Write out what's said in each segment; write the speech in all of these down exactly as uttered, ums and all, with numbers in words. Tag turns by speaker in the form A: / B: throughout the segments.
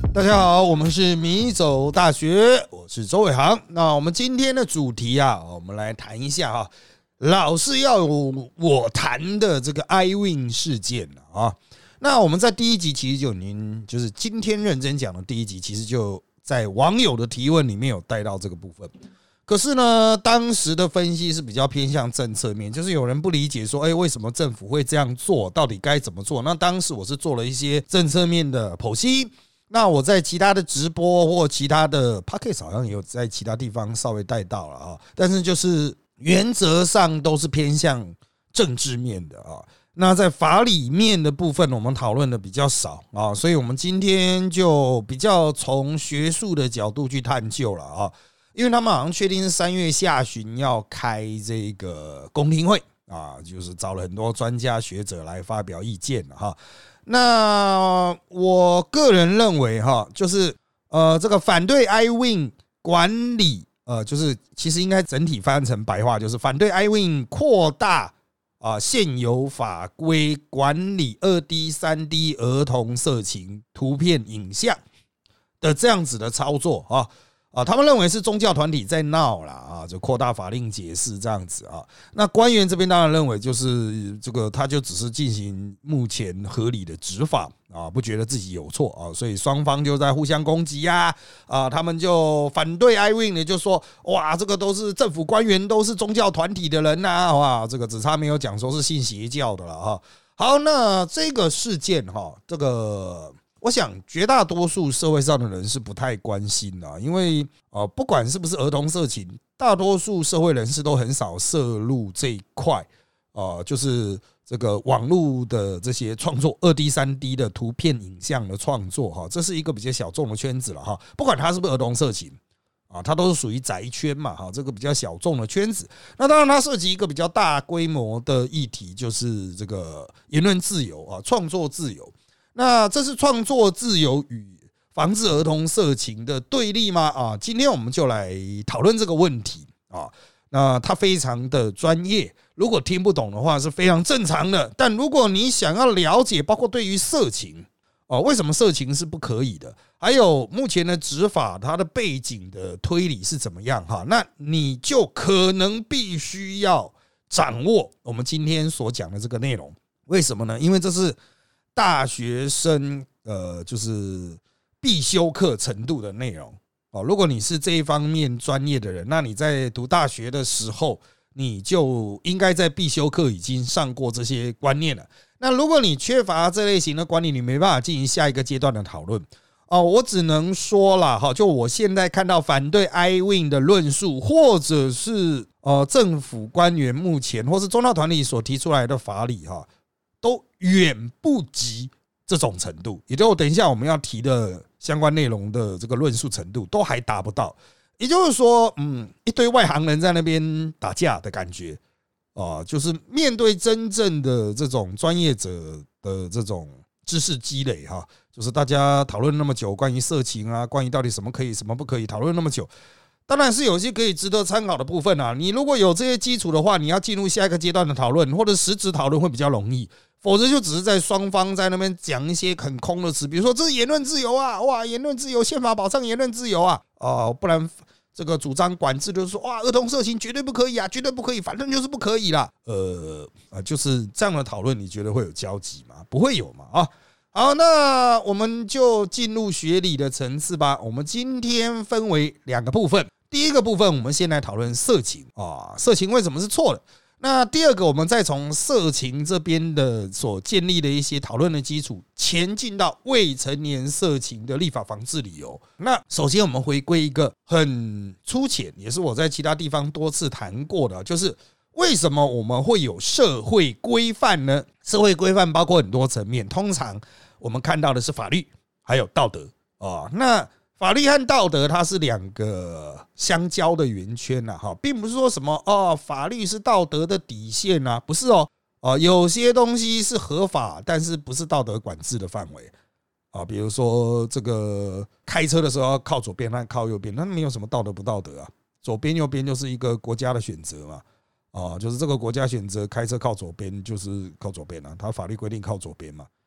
A: 大家好，我们是迷走大学，我是周伟航。那我们今天的主题啊，我们来谈一下哈，老是要有我谈的这个 iWin 事件啊。那我们在第一集其实就已经就是今天认真讲的第一集，其实就在网友的提问里面有带到这个部分。可是呢，当时的分析是比较偏向政策面，就是有人不理解说，哎，为什么政府会这样做，到底该怎么做？那当时我是做了一些政策面的剖析。那我在其他的直播或其他的 podcast 好像也有在其他地方稍微带到了啊，但是就是原则上都是偏向政治面的啊。那在法理面的部分，我们讨论的比较少啊，所以我们今天就比较从学术的角度去探究了啊。因为他们好像确定是三月下旬要开这个公听会啊，就是找了很多专家学者来发表意见哈。那我个人认为哈，就是呃这个反对 iWin 管理，呃就是其实应该整体翻成白话，就是反对 iWin 扩大啊现有法规管理二 D、三 D 儿童色情图片影像的这样子的操作啊。啊，他们认为是宗教团体在闹啦啊，就扩大法令解释这样子啊。那官员这边当然认为就是这个，他就只是进行目前合理的执法啊，不觉得自己有错啊，所以双方就在互相攻击呀啊。他们就反对 iWin 呢，就说哇，这个都是政府官员，都是宗教团体的人呐，哇，这个只差没有讲说是信邪教的了哈。好，那这个事件哈，这个。我想绝大多数社会上的人是不太关心的，因为呃，不管是不是儿童色情，大多数社会人士都很少涉入这一块，呃，就是这个网络的这些创作二 D、三 D 的图片影像的创作哈，这是一个比较小众的圈子了哈。不管它是不是儿童色情啊，它都是属于宅圈嘛哈，这个比较小众的圈子。那当然，它涉及一个比较大规模的议题，就是这个言论自由啊，创作自由。那这是创作自由与防治儿童色情的对立吗？啊，今天我们就来讨论这个问题啊。那它非常的专业，如果听不懂的话是非常正常的。但如果你想要了解，包括对于色情哦，为什么色情是不可以的，还有目前的执法它的背景的推理是怎么样哈，那你就可能必须要掌握我们今天所讲的这个内容。为什么呢？因为这是大学生呃，就是必修课程度的内容哦。如果你是这一方面专业的人，那你在读大学的时候，你就应该在必修课已经上过这些观念了。那如果你缺乏这类型的观念，你没办法进行下一个阶段的讨论哦。我只能说啦哈，就我现在看到反对 iWin 的论述，或者是呃政府官员目前或是宗教团体所提出来的法理哈，都远不及这种程度，也就是等一下我们要提的相关内容的这个论述程度都还达不到。也就是说，嗯，一堆外行人在那边打架的感觉啊，就是面对真正的这种专业者的这种知识积累哈，就是大家讨论那么久关于色情啊，关于到底什么可以什么不可以，讨论那么久。当然是有些可以值得参考的部分啊。你如果有这些基础的话，你要进入下一个阶段的讨论或者实质讨论会比较容易，否则就只是在双方在那边讲一些很空的词，比如说这是言论自由啊，哇，言论自由，宪法保障言论自由啊，哦，不然这个主张管制就是说，哇，儿童色情绝对不可以啊，绝对不可以，反正就是不可以啦。呃，就是这样的讨论，你觉得会有交集吗？不会有嘛啊。好，那我们就进入学理的层次吧。我们今天分为两个部分。第一个部分，我们先来讨论色情啊，色情为什么是错的？那第二个，我们再从色情这边的所建立的一些讨论的基础，前进到未成年色情的立法防治理由。那首先，我们回归一个很粗浅，也是我在其他地方多次谈过的，就是为什么我们会有社会规范呢？社会规范包括很多层面，通常我们看到的是法律，还有道德啊。那法律和道德它是两个相交的圆圈呐，哈，并不是说什么哦，法律是道德的底线啊，不是哦，哦，有些东西是合法，但是不是道德管制的范围啊，比如说这个开车的时候要靠左边，还靠右边，那没有什么道德不道德啊，左边右边就是一个国家的选择嘛，啊，就是这个国家选择开车靠左边就是靠左边啊，它法律规定靠左边嘛。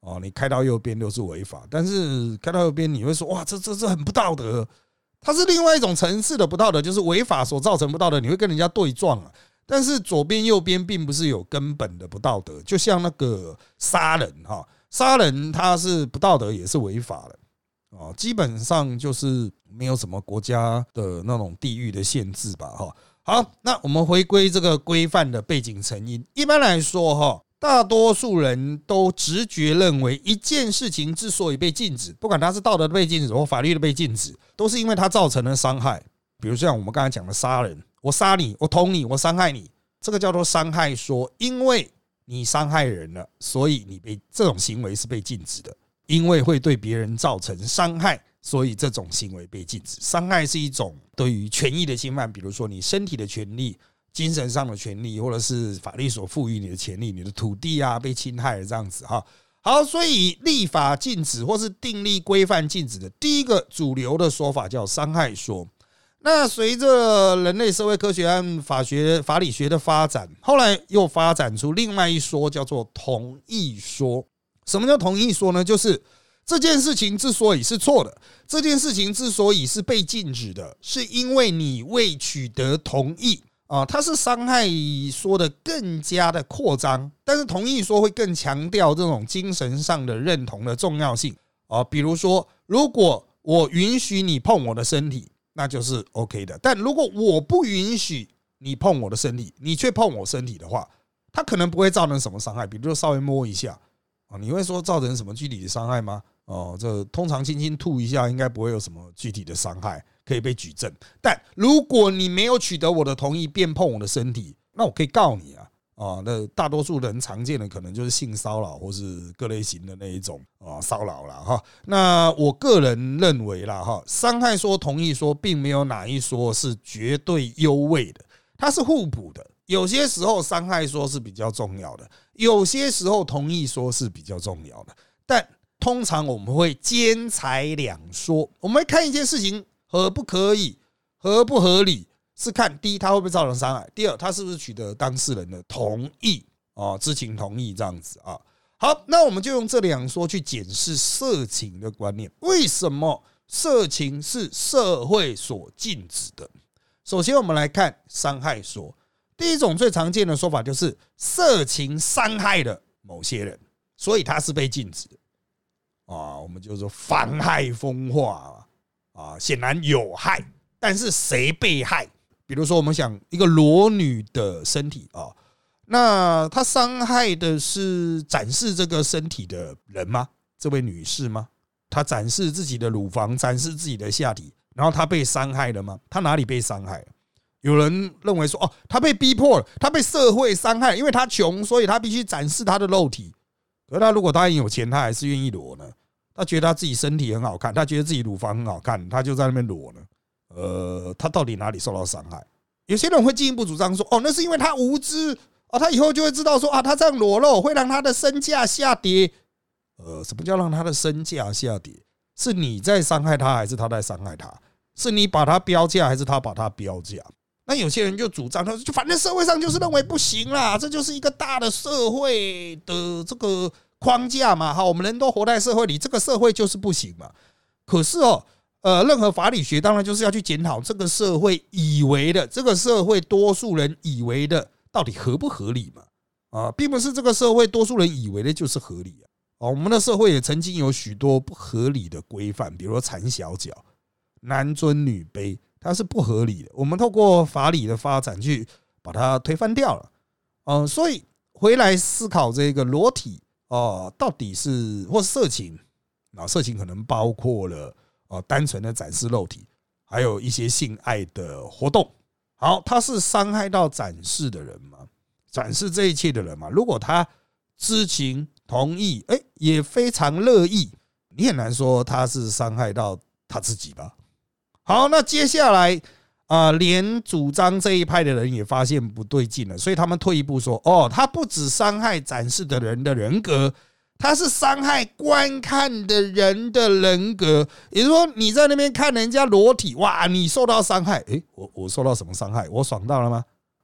A: 哦，你开到右边都是违法，但是开到右边你会说哇，这这这很不道德。它是另外一种层次的不道德，就是违法所造成不道德，你会跟人家对撞啊。但是左边右边并不是有根本的不道德，就像那个杀人哈，杀人它是不道德也是违法的哦，基本上就是没有什么国家的那种地域的限制吧哈。好，那我们回归这个规范的背景成因，一般来说哈。大多数人都直觉认为，一件事情之所以被禁止，不管它是道德的被禁止或法律的被禁止，都是因为它造成了伤害。比如像我们刚才讲的杀人，我杀你，我捅你，我伤害你，这个叫做伤害说，因为你伤害人了，所以你被这种行为是被禁止的，因为会对别人造成伤害，所以这种行为被禁止。伤害是一种对于权益的侵犯，比如说你身体的权利。精神上的权利，或者是法律所赋予你的权利，你的土地啊被侵害了这样子哈。好，所以立法禁止或是订立规范禁止的第一个主流的说法叫伤害说。那随着人类社会科学和法学、法理学的发展，后来又发展出另外一说，叫做同意说。什么叫同意说呢？就是这件事情之所以是错的，这件事情之所以是被禁止的，是因为你未取得同意。啊，它是伤害说的更加的扩张，但是同意说会更强调这种精神上的认同的重要性啊。比如说，如果我允许你碰我的身体，那就是 OK 的；但如果我不允许你碰我的身体，你却碰我身体的话，它可能不会造成什么伤害，比如说稍微摸一下啊，你会说造成什么具体的伤害吗？哦，这通常轻轻吐一下，应该不会有什么具体的伤害可以被举证。但如果你没有取得我的同意便碰我的身体，那我可以告你啊！啊，那大多数人常见的可能就是性骚扰或是各类型的那一种啊骚扰啦哈。那我个人认为啦哈，伤害说、同意说，并没有哪一说是绝对优位的，它是互补的。有些时候伤害说是比较重要的，有些时候同意说是比较重要的，但通常我们会兼裁两说，我们会看一件事情合不可以、合不合理，是看第一它会不会造成伤害，第二它是不是取得当事人的同意啊，知情同意这样子啊。好，那我们就用这两说去检视色情的观念。为什么色情是社会所禁止的？首先，我们来看伤害说。第一种最常见的说法就是色情伤害了某些人，所以它是被禁止的。啊，我们就说妨害风化啊，显然有害，但是谁被害？比如说，我们想一个裸女的身体啊，那她伤害的是展示这个身体的人吗？这位女士吗？她展示自己的乳房，展示自己的下体，然后她被伤害了吗？她哪里被伤害了？有人认为说，哦，她被逼迫了，她被社会伤害，因为她穷，所以她必须展示她的肉体。可是他如果他很有钱，他还是愿意裸呢？他觉得他自己身体很好看，他觉得自己乳房很好看，他就在那边裸呢。呃，他到底哪里受到伤害？有些人会进一步主张说，哦，那是因为他无知啊，他以后就会知道说啊，他这样裸露会让他的身价下跌。呃，什么叫让他的身价下跌？是你在伤害他，还是他在伤害他？是你把他标价，还是他把他标价？那有些人就主张，他说，反正社会上就是认为不行啦，这就是一个大的社会的这个框架嘛，好，我们人都活在社会里，这个社会就是不行嘛。可是哦，呃，任何法理学当然就是要去检讨这个社会以为的，这个社会多数人以为的到底合不合理嘛？啊，并不是这个社会多数人以为的就是合理啊。哦，我们的社会也曾经有许多不合理的规范，比如说缠小脚、男尊女卑。它是不合理的，我们透过法理的发展去把它推翻掉了，嗯，所以回来思考这个裸体哦，到底是或色情啊，色情可能包括了哦单纯的展示肉体，还有一些性爱的活动。好，他是伤害到展示的人吗？展示这一切的人吗？如果他知情同意，哎，也非常乐意，你很难说他是伤害到他自己吧。好，那接下来啊、呃，连主张这一派的人也发现不对劲了，所以他们退一步说，哦，他不只伤害展示的人的人格，他是伤害观看的人的人格。也就是说，你在那边看人家裸体，哇，你受到伤害，诶，我我受到什么伤害？我爽到了吗？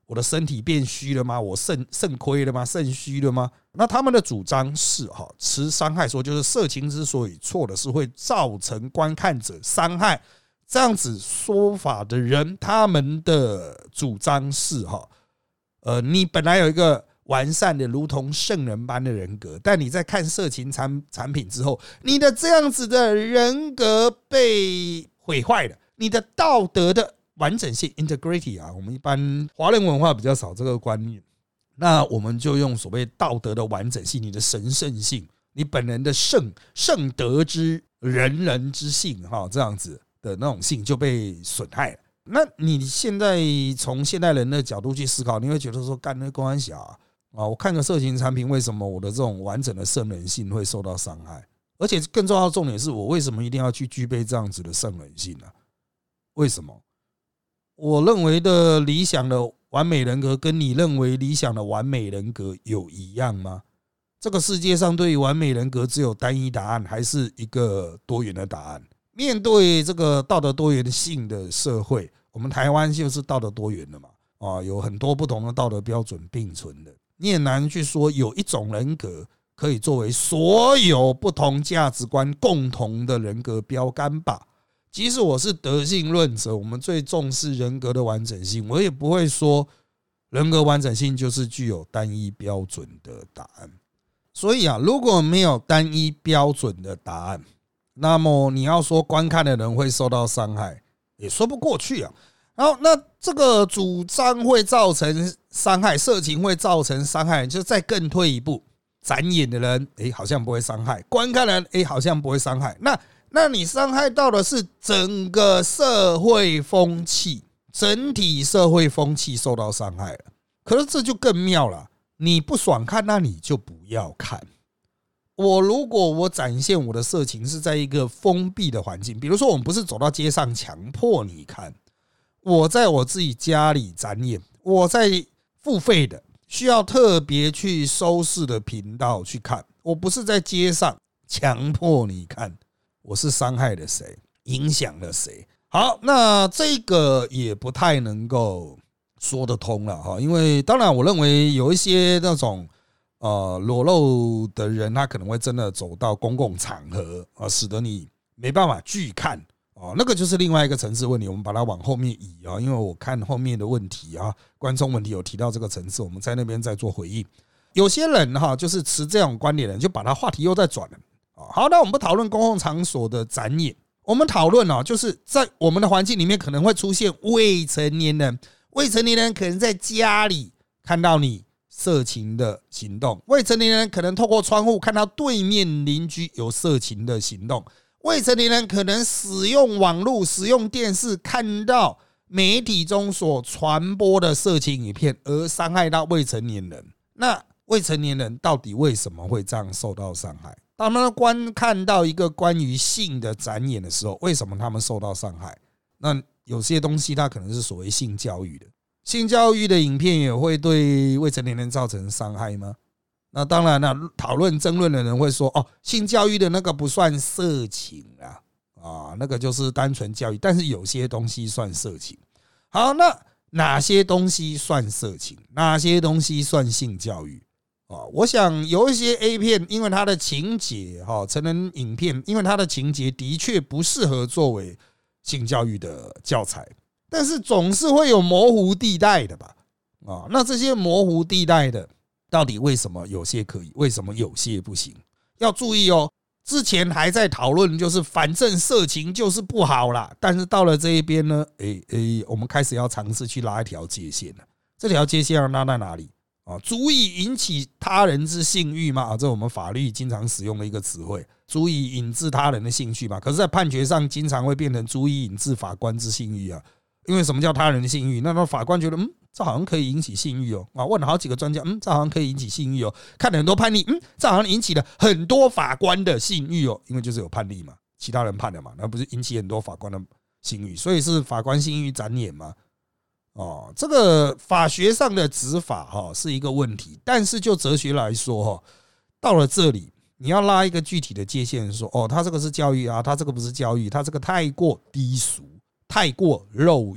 A: 我的身体变虚了吗？我肾肾亏了吗？肾虚了吗？那他们的主张是哈，持伤害说，就是色情之所以错的是会造成观看者伤害。这样子说法的人，他们的主张是哈，呃，你本来有一个完善的如同圣人般的人格，但你在看色情产产品之后，你的这样子的人格被毁坏了，你的道德的完整性 integrity 啊，我们一般华人文化比较少这个观念，那我们就用所谓道德的完整性，你的神圣性，你本人的圣圣德之人人之性哈，这样子的那种性就被损害了。那你现在从现代人的角度去思考，你会觉得说，干那公安小啊，我看个色情产品，为什么我的这种完整的圣人性会受到伤害？而且更重要的重点是我为什么一定要去具备这样子的圣人性呢？为什么？我认为的理想的完美人格跟你认为理想的完美人格有一样吗？这个世界上对于完美人格只有单一答案，还是一个多元的答案？面对这个道德多元性的社会，我们台湾就是道德多元的嘛，啊，有很多不同的道德标准并存的，你很难去说有一种人格可以作为所有不同价值观共同的人格标杆吧。即使我是德性论者，我们最重视人格的完整性，我也不会说人格完整性就是具有单一标准的答案。所以啊，如果没有单一标准的答案，那么你要说观看的人会受到伤害，也说不过去啊。然后，那这个主张会造成伤害，色情会造成伤害，就再更退一步，展演的人，哎，好像不会伤害；观看的人，哎，好像不会伤害。那那你伤害到的是整个社会风气，整体社会风气受到伤害了。可是这就更妙了，你不爽看，那你就不要看。我如果我展现我的色情是在一个封闭的环境，比如说我们不是走到街上强迫你看，我在我自己家里展演，我在付费的需要特别去收视的频道去看，我不是在街上强迫你看，我是伤害了谁，影响了谁？好，那这个也不太能够说得通了哈，因为当然我认为有一些那种呃裸露的人，他可能会真的走到公共场合啊，使得你没办法拒看哦，那个就是另外一个层次问题，我们把它往后面移啊，因为我看后面的问题啊，观众问题有提到这个层次，我们在那边再做回应。有些人哈，就是持这种观点的人，就把他话题又在转了。好，那我们不讨论公共场所的展演，我们讨论啊，就是在我们的环境里面可能会出现未成年人，未成年人可能在家里看到你色情的行动，未成年人可能透过窗户看到对面邻居有色情的行动，未成年人可能使用网络、使用电视看到媒体中所传播的色情影片，而伤害到未成年人。那未成年人到底为什么会这样受到伤害？当他们观看到一个关于性的展演的时候，为什么他们受到伤害？那有些东西它可能是所谓性教育的，性教育的影片也会对未成年人造成伤害吗？那当然了，讨论争论的人会说，哦，性教育的那个不算色情啊，啊，那个就是单纯教育，但是有些东西算色情。好，那哪些东西算色情？哪些东西算性教育？我想有一些 A 片，因为它的情节，成人影片，因为它的情节的确不适合作为性教育的教材，但是总是会有模糊地带的吧？那这些模糊地带的，到底为什么有些可以，为什么有些不行？要注意哦，之前还在讨论，就是反正色情就是不好啦，但是到了这一边呢，诶诶，我们开始要尝试去拉一条界限了。这条界限要拉在哪里？足以引起他人之性欲吗？这是我们法律经常使用的一个词汇，足以引致他人的兴趣嘛。可是，在判决上经常会变成足以引致法官之性欲啊。因为什么叫他人的性欲？那那法官觉得，嗯，这好像可以引起性欲哦。啊，问了好几个专家，嗯，这好像可以引起性欲哦。看了很多判例，嗯，这好像引起了很多法官的性欲哦。因为就是有判例嘛，其他人判的嘛，那不是引起很多法官的性欲，所以是法官性欲展演嘛。哦，这个法学上的执法哈是一个问题，但是就哲学来说哈，到了这里你要拉一个具体的界限，说哦，他这个是教育啊，他这个不是教育，他这个太过低俗，太过肉欲，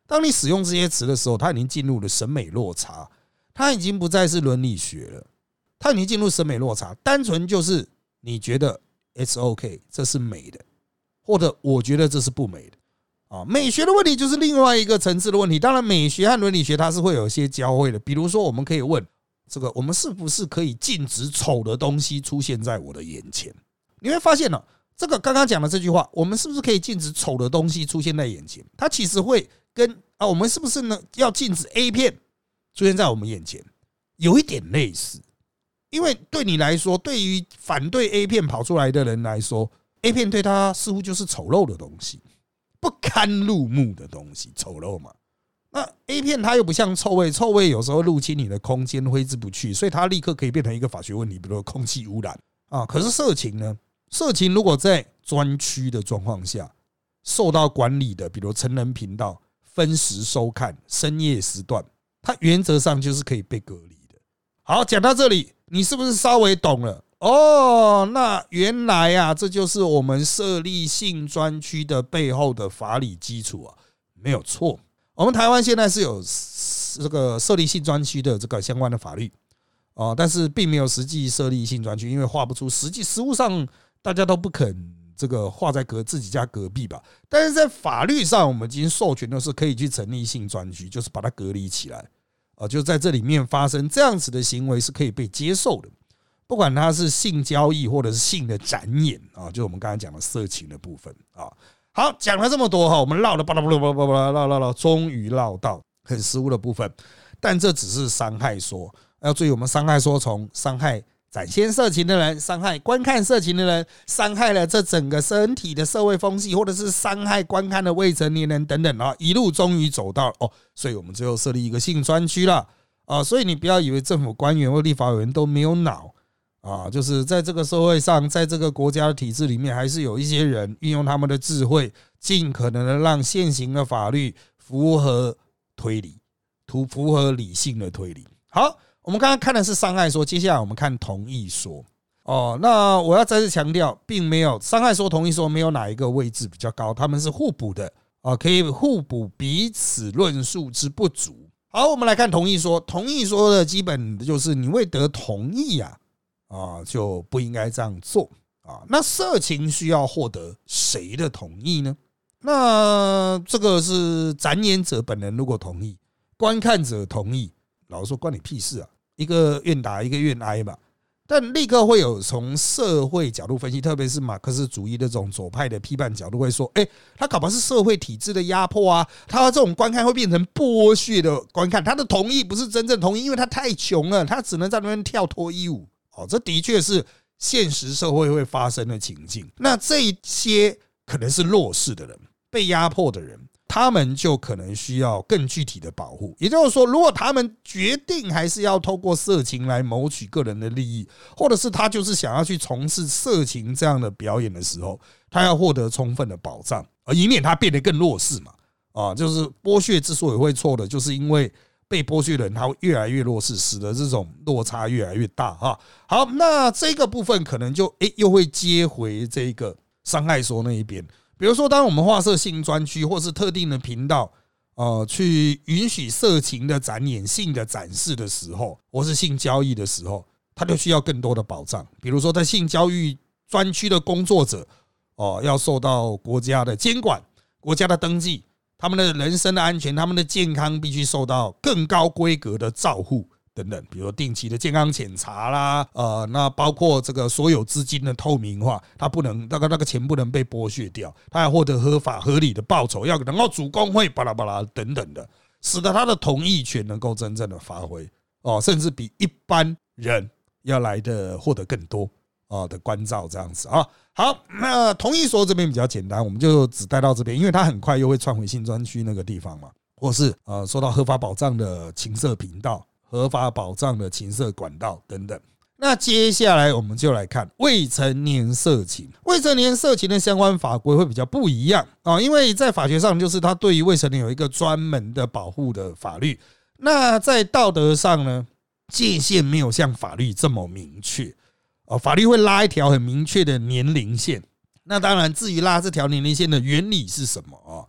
A: 当你使用这些词的时候，它已经进入了审美落差，它已经不再是伦理学了，它已经进入审美落差，单纯就是你觉得 it's OK， 这是美的，或者我觉得这是不美的啊。美学的问题就是另外一个层次的问题。当然，美学和伦理学它是会有一些交汇的。比如说，我们可以问这个：我们是不是可以禁止丑的东西出现在我的眼前？你会发现呢，这个刚刚讲的这句话，我们是不是可以禁止丑的东西出现在眼前？它其实会跟啊，我们是不是呢要禁止 A 片出现在我们眼前，有一点类似。因为对你来说，对于反对 A 片跑出来的人来说， A 片对他似乎就是丑陋的东西，不堪入目的东西，丑陋嘛。那 A 片它又不像臭味，臭味有时候入侵你的空间，挥之不去，所以它立刻可以变成一个法学问题，比如说空气污染啊。可是色情呢？色情如果在专区的状况下受到管理的，比如成人频道、分时收看、深夜时段，它原则上就是可以被隔离的。好，讲到这里，你是不是稍微懂了？哦，那原来啊，这就是我们设立性专区的背后的法理基础啊，没有错。我们台湾现在是有这个设立性专区的这个相关的法律啊，但是并没有实际设立性专区，因为画不出实际实务上大家都不肯这个画在隔自己家隔壁吧。但是在法律上，我们已经授权的是可以去成立性专区，就是把它隔离起来啊，就在这里面发生这样子的行为是可以被接受的。不管它是性交易或者是性的展演啊，就是我们刚才讲的色情的部分啊。好，讲了这么多哈，我们唠了巴拉巴拉巴拉巴拉唠唠唠，终于唠到很实务的部分。但这只是伤害说，要注意，我们伤害说从伤害展现色情的人，伤害观看色情的人，伤害了这整个身体的社会风气，或者是伤害观看的未成年人等等啊，一路终于走到哦，所以我们最后设立一个性专区了啊。所以你不要以为政府官员或立法委员都没有脑。啊，就是在这个社会上，在这个国家的体制里面，还是有一些人运用他们的智慧，尽可能的让现行的法律符合推理，符合理性的推理。好，我们刚刚看的是伤害说，接下来我们看同意说。哦，那我要再次强调，并没有伤害说、同意说没有哪一个位置比较高，他们是互补的啊，可以互补彼此论述之不足。好，我们来看同意说，同意说的基本就是你未得同意啊。啊，就不应该这样做啊。那色情需要获得谁的同意呢？那这个是展演者本人如果同意，观看者同意，老实说关你屁事啊！一个愿打，一个愿挨嘛。但立刻会有从社会角度分析，特别是马克思主义的这种左派的批判角度会说，哎，他搞不好是社会体制的压迫啊，他这种观看会变成剥削的观看，他的同意不是真正同意，因为他太穷了，他只能在那边跳脱衣舞。哦，这的确是现实社会会发生的情境。那这一些可能是弱势的人、被压迫的人，他们就可能需要更具体的保护。也就是说，如果他们决定还是要透过色情来谋取个人的利益，或者是他就是想要去从事色情这样的表演的时候，他要获得充分的保障，而以免他变得更弱势嘛。啊，就是剥削之所以会错的，就是因为被剥削的人他会越来越弱势，使得这种落差越来越大哈。好，那这个部分可能就诶又会接回这个伤害说那一边。比如说，当我们划设性专区或是特定的频道，呃，去允许色情的展演、性的展示的时候，或是性交易的时候，它就需要更多的保障。比如说，在性交易专区的工作者，哦，要受到国家的监管、国家的登记。他们的人身的安全，他们的健康必须受到更高规格的照护等等，比如说定期的健康检查啦，呃，那包括这个所有资金的透明化，他不能那个那个钱不能被剥削掉，他要获得合法合理的报酬，要能够组工会巴拉巴拉等等的，使得他的同意权能够真正的发挥哦，甚至比一般人要来的获得更多啊的关照这样子啊。好，那同意说这边比较简单，我们就只带到这边，因为它很快又会串回性专区那个地方嘛，或是呃受到合法保障的情色频道、合法保障的情色管道等等。那接下来我们就来看未成年色情。未成年色情的相关法规会比较不一样啊，因为在法学上就是它对于未成年有一个专门的保护的法律。那在道德上呢，界限没有像法律这么明确。哦，法律会拉一条很明确的年龄线。那当然，至于拉这条年龄线的原理是什么啊？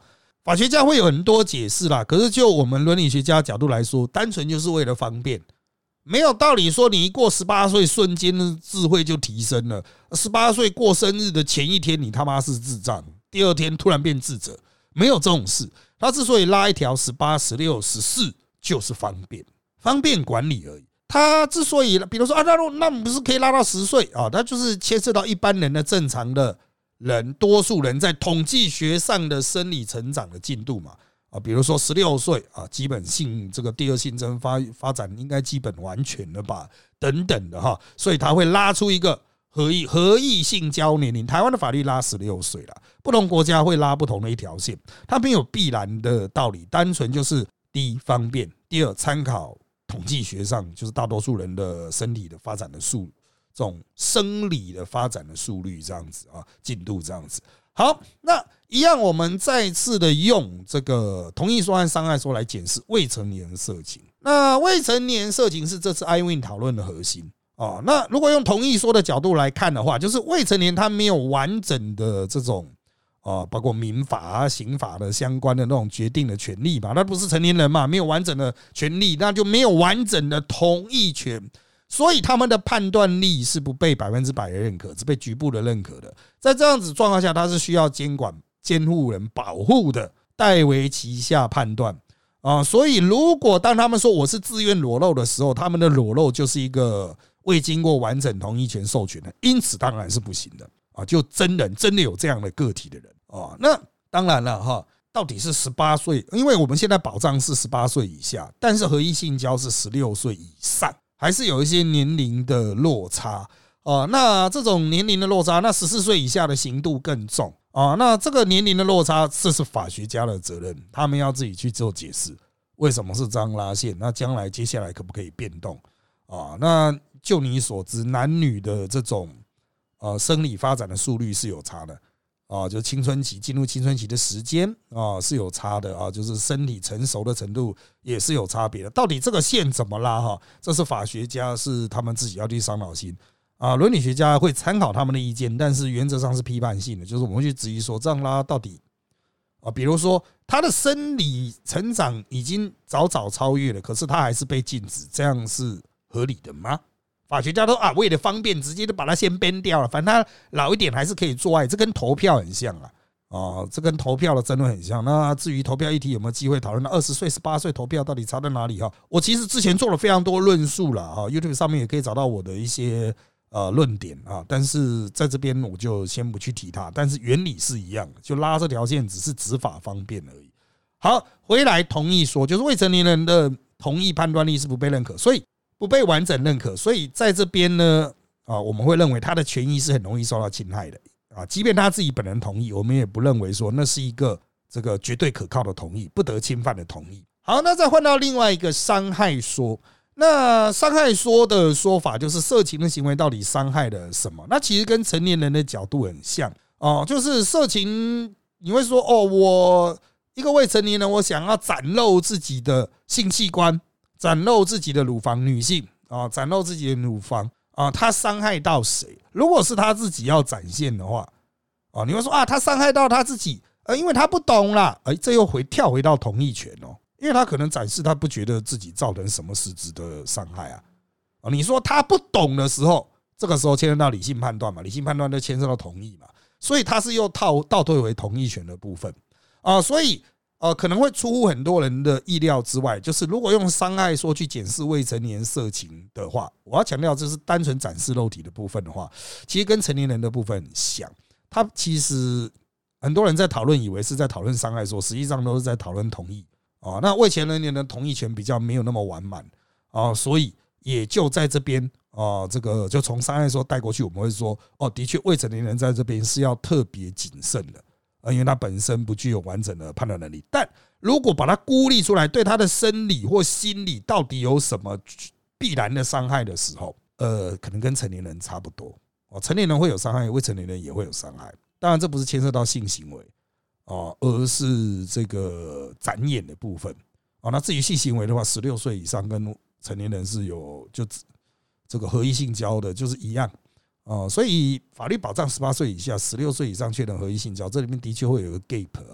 A: 法学家会有很多解释啦，可是就我们伦理学家角度来说，单纯就是为了方便，没有道理说你一过十八岁瞬间智慧就提升了。十八岁过生日的前一天，你他妈是智障，第二天突然变智者，没有这种事。他之所以拉一条十八、十六、十四，就是方便，方便管理而已。他之所以，比如说啊，那那不是可以拉到十岁啊？他就是牵涉到一般人的正常的人，多数人在统计学上的生理成长的进度嘛。啊，比如说十六岁啊，基本性这个第二性征发发展应该基本完全了吧，等等的哈，所以他会拉出一个合意合意性交年龄。台湾的法律拉十六岁了，不同国家会拉不同的一条线，它没有必然的道理，单纯就是第一方便，第二参考统计学上就是大多数人的身体的发展的速，这种生理的发展的速率这样子啊，进度这样子。好，那一样，我们再次的用这个同意说和伤害说来检视未成年色情。那未成年色情是这次 I Win 讨论的核心啊。那如果用同意说的角度来看的话，就是未成年他没有完整的这种啊，包括民法啊、刑法的相关的那种决定的权利嘛，那不是成年人嘛，没有完整的权利，那就没有完整的同意权。所以他们的判断力是不被百分之百的认可，只被局部的认可的。在这样子状况下，它是需要监管、监护人保护的，代为其下判断啊。所以，如果当他们说我是自愿裸露的时候，他们的裸露就是一个未经过完整同意权授权的，因此当然是不行的啊。就真人真的有这样的个体的人啊，那当然了哈。到底是十八岁，因为我们现在保障是十八岁以下，但是合意性交是十六岁以上。还是有一些年龄的落差啊，那这种年龄的落差，那十四岁以下的刑度更重啊。那这个年龄的落差，这是法学家的责任，他们要自己去做解释，为什么是这样拉线？那将来接下来可不可以变动啊？那就你所知，男女的这种呃生理发展的速率是有差的。啊，就青春期进入青春期的时间啊是有差的啊，就是身体成熟的程度也是有差别的。到底这个线怎么拉哈？这是法学家是他们自己要去伤脑筋啊。伦理学家会参考他们的意见，但是原则上是批判性的，就是我们会去质疑说这样拉到底啊，比如说他的生理成长已经早早超越了，可是他还是被禁止，这样是合理的吗？法学家都啊，为了方便，直接就把它先编掉了。反正他老一点还是可以做爱，这跟投票很像啊。哦，这跟投票的争论很像。那至于投票议题有没有机会讨论到二十岁、十八岁投票到底差在哪里哈？我其实之前做了非常多论述了哈 ，YouTube 上面也可以找到我的一些呃论点啊。但是在这边我就先不去提它，但是原理是一样的，就拉这条线只是执法方便而已。好，回来同意说，就是未成年人的同意判断力是不被认可，所以。不被完整认可，所以在这边呢，啊，我们会认为他的权益是很容易受到侵害的啊。即便他自己本人同意，我们也不认为说那是一个这个绝对可靠的同意，不得侵犯的同意。好，那再换到另外一个伤害说，那伤害说的说法就是色情的行为到底伤害了什么？那其实跟成年人的角度很像哦，就是色情，你会说哦，我一个未成年人，我想要展露自己的性器官。展露自己的乳房，女性啊，展露自己的乳房啊，他伤害到谁？如果是他自己要展现的话，啊，你会说啊，他伤害到他自己，呃，因为他不懂啦，哎，这又回跳回到同意权哦，因为他可能展示他不觉得自己造成什么实质的伤害啊，啊，你说他不懂的时候，这个时候牵涉到理性判断嘛，理性判断就牵涉到同意嘛，所以他是又套倒退回同意权的部分啊，所以。呃，可能会出乎很多人的意料之外，就是如果用伤害说去检视未成年色情的话，我要强调这是单纯展示肉体的部分的话，其实跟成年人的部分很像。他其实很多人在讨论，以为是在讨论伤害说，实际上都是在讨论同意啊。那未成年的同意权比较没有那么完满啊，所以也就在这边啊，这个就从伤害说带过去，我们会说哦，的确未成年人在这边是要特别谨慎的。因为他本身不具有完整的判断能力，但如果把它孤立出来，对他的生理或心理到底有什么必然的伤害的时候，呃，可能跟成年人差不多哦。成年人会有伤害，未成年人也会有伤害。当然，这不是牵涉到性行为哦，而是这个展演的部分哦。那至于性行为的话，十六岁以上跟成年人是有就这个合意性交的，就是一样。哦，所以法律保障十八岁以下，十六岁以上确认合意性交，这里面的确会有个 gap 啊。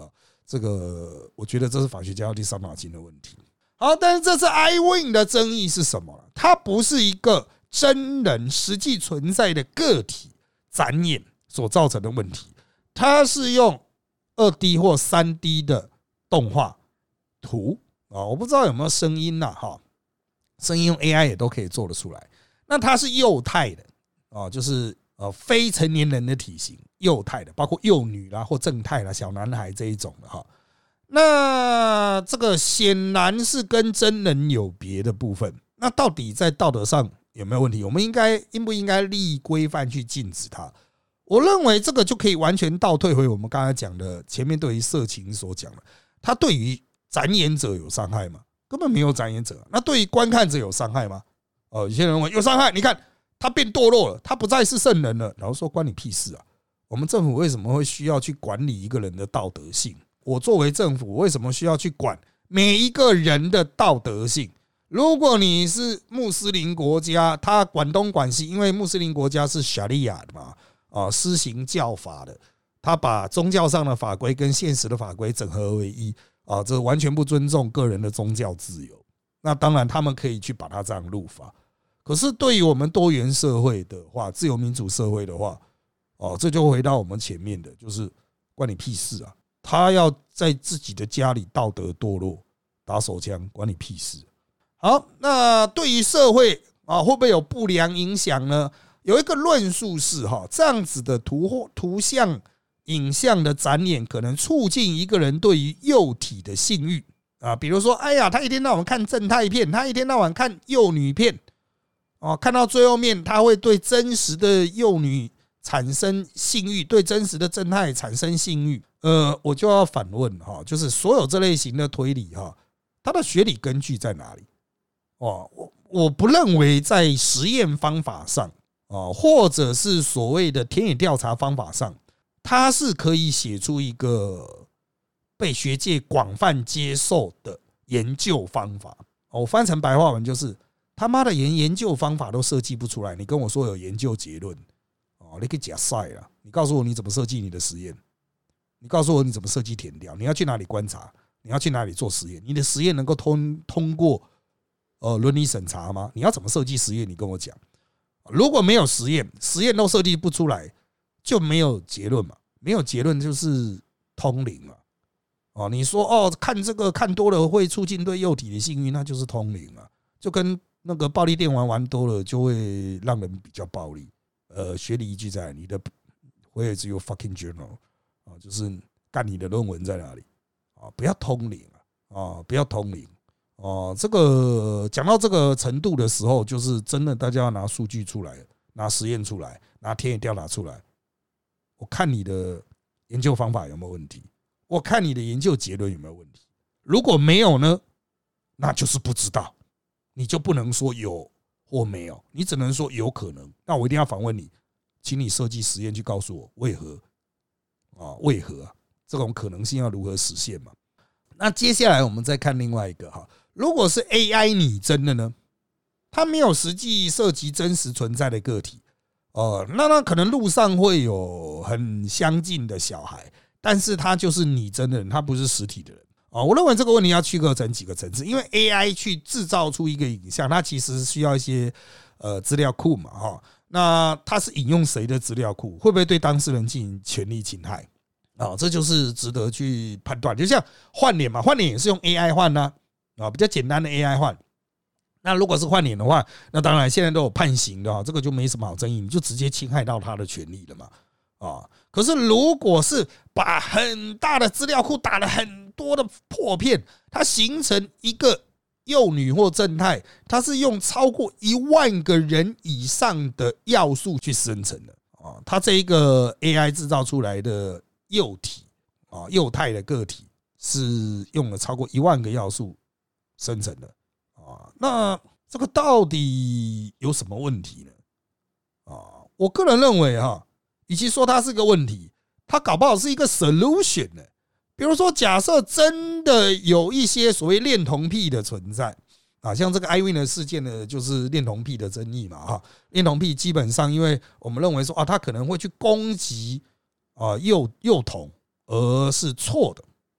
A: 这个我觉得这是法学家要去伤脑筋的问题。好，但是这次 iWin 的争议是什么？它不是一个真人实际存在的个体展演所造成的问题，它是用 二 D 或 三 D 的动画图啊，我不知道有没有声音呐，哈，声音用 A I 也都可以做得出来。那它是幼态的啊，就是呃非成年人的体型，幼态的，包括幼女啦或正太啦、小男孩这一种的哈。那这个显然是跟真人有别的部分。那到底在道德上有没有问题？我们应该应不应该立规范去禁止它？我认为这个就可以完全倒退回我们刚才讲的前面对于色情所讲的，它对于展演者有伤害吗？根本没有展演者。那对于观看者有伤害吗？哦，有些人认为有伤害。你看他变堕落了，他不再是圣人了。然后说关你屁事啊！我们政府为什么会需要去管理一个人的道德性？我作为政府，为什么需要去管每一个人的道德性？如果你是穆斯林国家，他管东管西，因为穆斯林国家是夏利亚的嘛，啊，施行教法的，他把宗教上的法规跟现实的法规整合为一啊，这完全不尊重个人的宗教自由。那当然，他们可以去把它这样入法。可是对于我们多元社会的话，自由民主社会的话，哦，这就回到我们前面的，就是关你屁事啊！他要在自己的家里道德堕落，打手枪，关你屁事。好，那对于社会啊，会不会有不良影响呢？有一个论述是哈，这样子的图图像、影像的展演，可能促进一个人对于幼体的性欲啊，比如说，哎呀，他一天到晚看正太片，他一天到晚看幼女片，哦，看到最后面，他会对真实的幼女产生性欲，对真实的正太产生性欲。呃，我就要反问哈，就是所有这类型的推理哈，它的学理根据在哪里？哦，我我不认为在实验方法上啊，或者是所谓的田野调查方法上，它是可以写出一个被学界广泛接受的研究方法。我翻成白话文就是，他妈的研研究方法都设计不出来，你跟我说有研究结论，哦，你可以假赛了。你告诉我你怎么设计你的实验，你告诉我你怎么设计田调，你要去哪里观察，你要去哪里做实验，你的实验能够通通过呃伦理审查吗？你要怎么设计实验？你跟我讲。如果没有实验，实验都设计不出来，就没有结论嘛？没有结论就是通灵嘛？哦，你说哦，看这个看多了会促进对幼体的性欲，那就是通灵啊，就跟那个暴力电玩玩多了就会让人比较暴力。呃，学理依据在你的 Where is your fucking journal 啊，就是干你的论文在哪里啊？不要通灵啊，不要通灵。哦，这个讲到这个程度的时候，就是真的大家要拿数据出来，拿实验出来，拿田野调查出来。我看你的研究方法有没有问题，我看你的研究结论有没有问题。如果没有呢，那就是不知道，你就不能说有或没有，你只能说有可能。那我一定要反问你，请你设计实验去告诉我为何啊？为何啊？这种可能性要如何实现嘛？那接下来我们再看另外一个哈，如果是 A I 拟真的呢，它没有实际涉及真实存在的个体，呃，那那可能路上会有很相近的小孩，但是他就是拟真的人，他不是实体的人啊。我认为这个问题要区隔成几个层次，因为 A I 去制造出一个影像，它其实需要一些呃资料库嘛哈。那它是引用谁的资料库，会不会对当事人进行权利侵害？啊，这就是值得去判断。就像换脸嘛，换脸也是用 A I 换呢，啊，比较简单的 A I 换。那如果是换脸的话，那当然现在都有判刑的，这个就没什么好争议，你就直接侵害到他的权利了嘛。啊，可是如果是把很大的资料库打了很多的破片，它形成一个幼女或正太，它是用超过一万个人以上的要素去生成的啊，它这一个 A I 制造出来的幼体啊，幼态的个体是用了超过一万个要素生成的啊，那这个到底有什么问题呢？啊，我个人认为哈，与其说它是个问题，它搞不好是一个 solution 呢。比如说，假设真的有一些所谓恋童癖的存在啊，像这个 iWin 的事件呢，就是恋童癖的争议嘛哈。恋童癖基本上，因为我们认为说啊，他可能会去攻击啊幼幼童，而是错的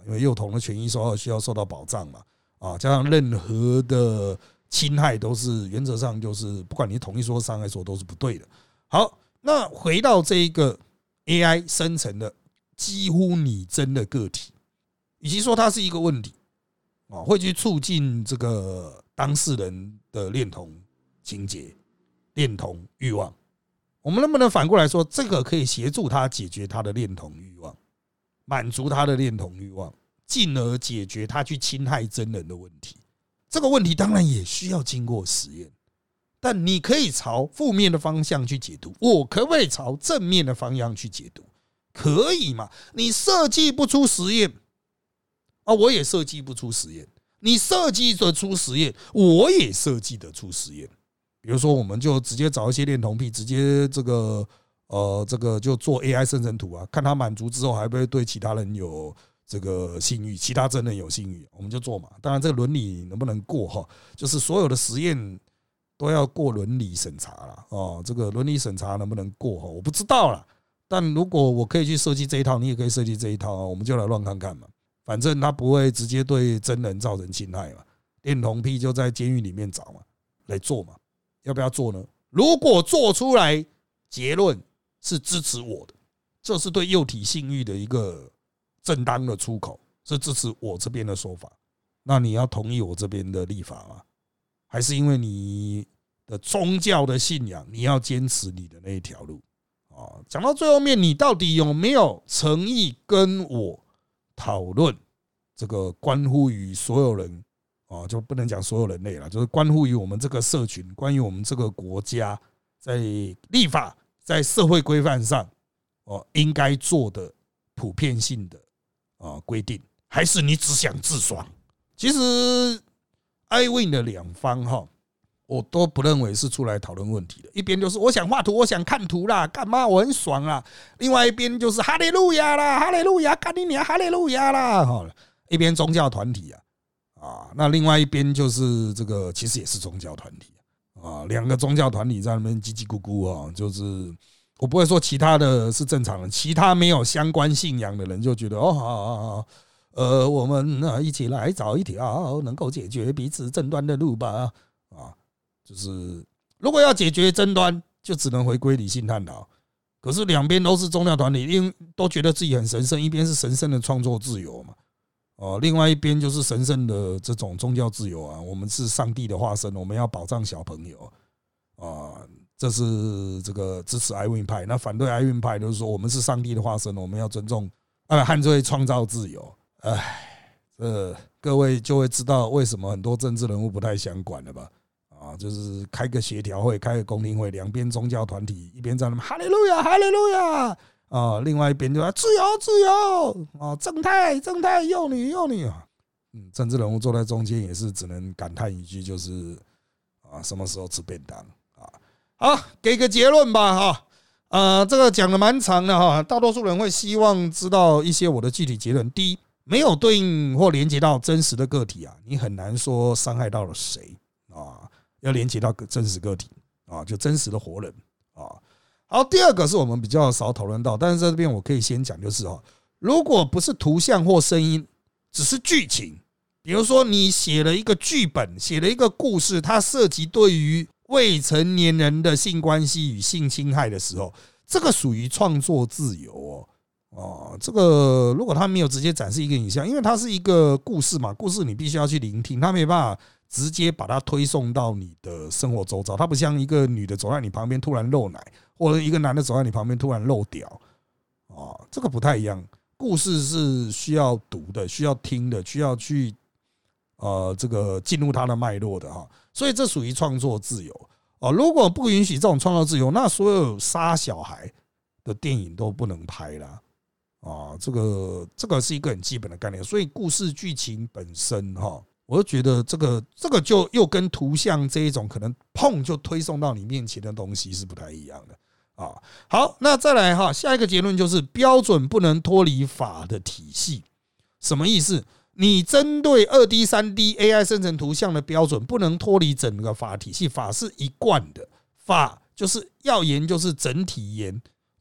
A: 因为幼童的权益受到需要受到保障嘛，啊，加上任何的侵害都是原则上就是不管你同意说伤害说都是不对的。好，那回到这一个 A I 生成的几乎拟真的个体，与其说它是一个问题啊，会去促进这个当事人的恋童情节、恋童欲望，我们能不能反过来说，这个可以协助他解决他的恋童欲望，满足他的恋童欲望，进而解决他去侵害真人的问题？这个问题当然也需要经过实验，但你可以朝负面的方向去解读，我可不可以朝正面的方向去解读？可以嘛？你设计不出实验啊，我也设计不出实验。你设计得出实验，我也设计得出实验。比如说，我们就直接找一些恋童癖，直接这个呃，这个就做 A I 生成图啊，看他满足之后，还不会对其他人有这个性欲，其他真人有性欲，我们就做嘛。当然，这个伦理能不能过哈，就是所有的实验都要过伦理审查啦。哦，这个伦理审查能不能过哈，我不知道啦。但如果我可以去设计这一套，你也可以设计这一套啊，我们就来乱看看嘛。反正他不会直接对真人造成侵害嘛，恋童癖就在监狱里面找嘛，来做嘛。要不要做呢？如果做出来结论是支持我的，这是对幼体性欲的一个正当的出口，是支持我这边的说法，那你要同意我这边的立法吗？还是因为你的宗教的信仰，你要坚持你的那一条路？啊，讲到最后面，你到底有没有诚意跟我讨论这个关乎于所有人啊，就不能讲所有人类了，就是关乎于我们这个社群，关于我们这个国家在立法、在社会规范上哦应该做的普遍性的啊规定，还是你只想自爽？其实 iWin 的两方哈，我都不认为是出来讨论问题的。一边就是我想画图，我想看图啦，干嘛我很爽啊；另外一边就是哈利路亚啦，哈利路亚，干你娘，哈利路亚啦！哈，一边宗教团体啊，啊，那另外一边就是这个，其实也是宗教团体啊，两个宗教团体在那边叽叽咕咕啊，就是我不会说其他的是正常人，其他没有相关信仰的人就觉得哦，好好好。呃，我们一起来找一条能够解决彼此争端的路吧。啊，就是如果要解决争端，就只能回归理性探讨。可是两边都是宗教团体，因都觉得自己很神圣，一边是神圣的创作自由嘛，哦，另外一边就是神圣的这种宗教自由啊。我们是上帝的化身，我们要保障小朋友啊。这是这个支持 iWin 派，那反对 iWin 派就是说我们是上帝的化身，我们要尊重啊，捍卫创造自由。哎，这各位就会知道为什么很多政治人物不太想管了吧？啊，就是开个协调会，开个公听会，两边宗教团体一边在那边哈利路亚，哈利路亚啊，另外一边就说自由，自由啊，正太，正太，幼女，幼女啊。嗯，政治人物坐在中间也是只能感叹一句，就是啊，什么时候吃便当啊？好，给个结论吧，哈。呃，这个讲的蛮长的哈，大多数人会希望知道一些我的具体结论。第一，没有对应或连接到真实的个体啊，你很难说伤害到了谁啊。要连接到真实个体啊，就真实的活人啊。好，第二个是我们比较少讨论到，但是在这边我可以先讲，就是哈，如果不是图像或声音，只是剧情，比如说你写了一个剧本，写了一个故事，它涉及对于未成年人的性关系与性侵害的时候，这个属于创作自由哦。哦，这个如果他没有直接展示一个影像，因为它是一个故事嘛，故事你必须要去聆听，他没办法直接把它推送到你的生活周遭。它不像一个女的走在你旁边突然露奶，或者一个男的走在你旁边突然露屌，哦，这个不太一样。故事是需要读的，需要听的，需要去呃这个进入它的脉络的哈，所以这属于创作自由哦。如果不允许这种创作自由，那所有杀小孩的电影都不能拍啦。啊，这个这个是一个很基本的概念，所以故事剧情本身哈，我就觉得这个这个就又跟图像这一种可能碰就推送到你面前的东西是不太一样的啊。好，那再来哈，下一个结论就是标准不能脱离法的体系。什么意思？你针对二 D、三 D A I 生成图像的标准不能脱离整个法体系，法是一贯的，法就是要严就是整体严。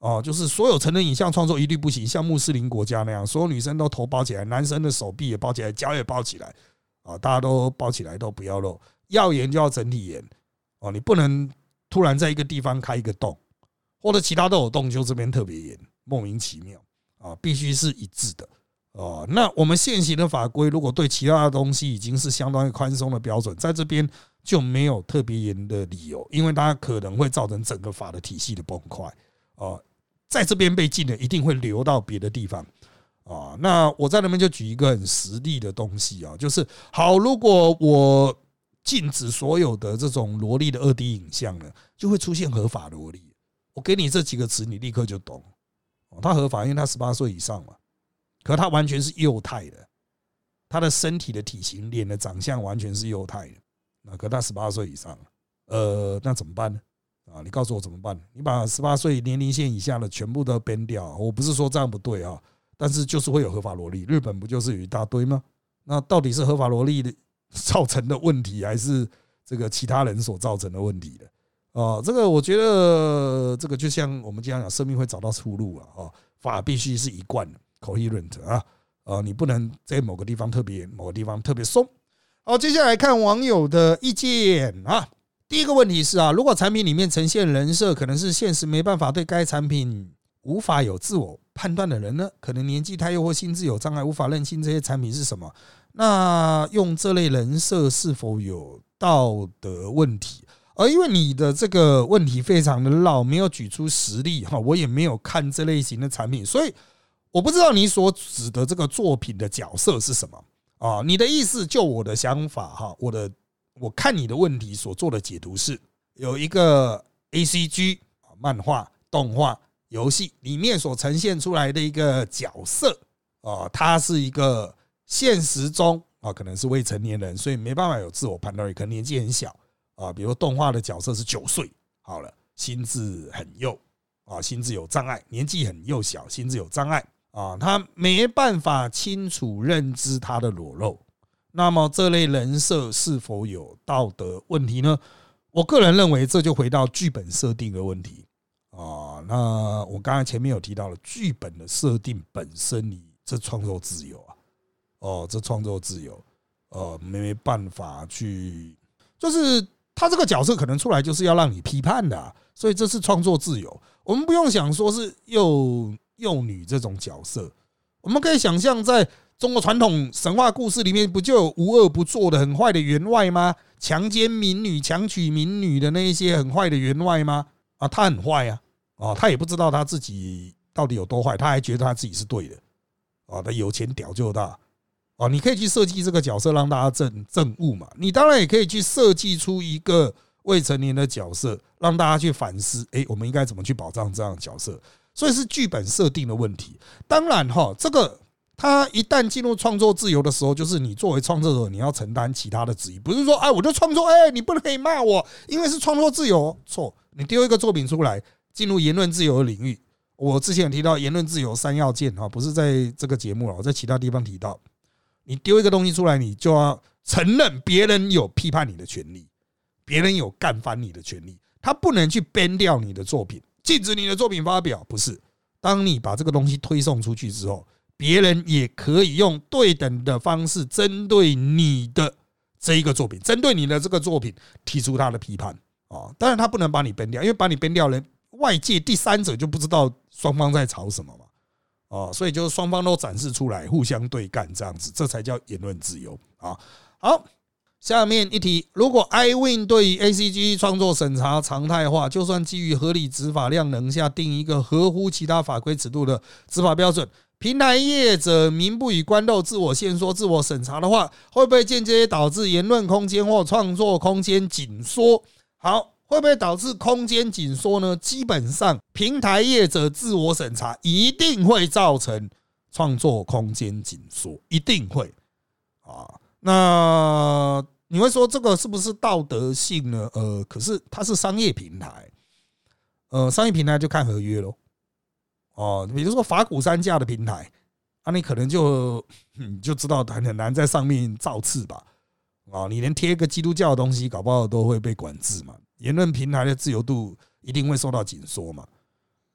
A: 哦，就是所有成人影像创作一律不行，像穆斯林国家那样，所有女生都头包起来，男生的手臂也包起来，脚也包起来，啊，大家都包起来，都不要露。要严就要整体严，哦，你不能突然在一个地方开一个洞，或者其他都有洞，就这边特别严，莫名其妙啊，必须是一致的。哦，那我们现行的法规如果对其他的东西已经是相当宽松的标准，在这边就没有特别严的理由，因为它可能会造成整个法的体系的崩坏。哦，在这边被禁的一定会流到别的地方啊。那我在那边就举一个很实例的东西啊，就是好，如果我禁止所有的这种萝莉的二 D 影像呢，就会出现合法萝莉。我给你这几个词，你立刻就懂。它合法，因为它十八岁以上嘛。可它完全是幼态的，他的身体的体型、脸的长相完全是幼态的。那可他十八岁以上，呃，那怎么办呢？啊，你告诉我怎么办？你把十八岁年龄线以下的全部都编掉。我不是说这样不对啊，但是就是会有合法萝莉。日本不就是有一大堆吗？那到底是合法萝莉造成的问题，还是这个其他人所造成的问题的？啊，这个我觉得，这个就像我们经常讲，生命会找到出路啊。啊，法必须是一贯的。coherent 啊，呃，你不能在某个地方特别，某个地方特别松。好，接下来看网友的意见啊。第一个问题是啊，如果产品里面呈现人设可能是现实没办法对该产品无法有自我判断的人呢，可能年纪太幼或心智有障碍，无法认清这些产品是什么，那用这类人设是否有道德问题？而因为你的这个问题非常的绕，没有举出实例哈，我也没有看这类型的产品，所以我不知道你所指的这个作品的角色是什么啊？你的意思，就我的想法哈，我的我看你的问题所做的解读是，有一个 A C G 漫画、动画、游戏里面所呈现出来的一个角色啊，他是一个现实中啊可能是未成年人，所以没办法有自我判断力，可能年纪很小啊，比如动画的角色是九岁，好了，心智很幼啊，心智有障碍，年纪很幼小，心智有障碍。啊，他没办法清楚认知他的裸露，那么这类人设是否有道德问题呢？我个人认为这就回到剧本设定的问题啊。那我刚才前面有提到了剧本的设定本身，你这创作自由啊，哦，这创作自由，呃，没办法去，就是他这个角色可能出来就是要让你批判的啊，所以这是创作自由。我们不用想说是又。幼女这种角色，我们可以想象，在中国传统神话故事里面，不就有无恶不作的很坏的员外吗？强奸民女、强娶民女的那一些很坏的员外吗？啊，他很坏啊！啊，他也不知道他自己到底有多坏，他还觉得他自己是对的。啊，他有钱屌就大。啊，你可以去设计这个角色让大家正正悟嘛。你当然也可以去设计出一个未成年的角色，让大家去反思，哎，我们应该怎么去保障这样的角色？所以是剧本设定的问题。当然哈，这个他一旦进入创作自由的时候，就是你作为创作者，你要承担其他的质疑，不是说哎，我就创作，哎，你不能可以骂我，因为是创作自由。错，你丢一个作品出来，进入言论自由的领域。我之前有提到言论自由三要件哈，不是在这个节目了，我在其他地方提到。你丢一个东西出来，你就要承认别人有批判你的权利，别人有干翻你的权利，他不能去ban掉你的作品。禁止你的作品发表，不是。当你把这个东西推送出去之后，别人也可以用对等的方式针对你的这一个作品，针对你的这个作品提出他的批判啊。当然他不能把你编掉，因为把你编掉了，外界第三者就不知道双方在吵什么嘛。哦，所以就是双方都展示出来，互相对干这样子，这才叫言论自由啊。好。下面一题，如果 iWin 对于 A C G 创作审查常态化，就算基于合理执法量能下定一个合乎其他法规尺度的执法标准，平台业者民不与官斗，自我限缩、自我审查的话，会不会间接导致言论空间或创作空间紧缩？好，会不会导致空间紧缩呢？基本上，平台业者自我审查一定会造成创作空间紧缩，一定会啊。那你会说这个是不是道德性呢？呃，可是它是商业平台，呃，商业平台就看合约咯。哦，比如说法鼓山架的平台，啊，你可能就你就知道很难在上面造次吧。啊，你连贴一个基督教的东西，搞不好都会被管制嘛。言论平台的自由度一定会受到紧缩嘛。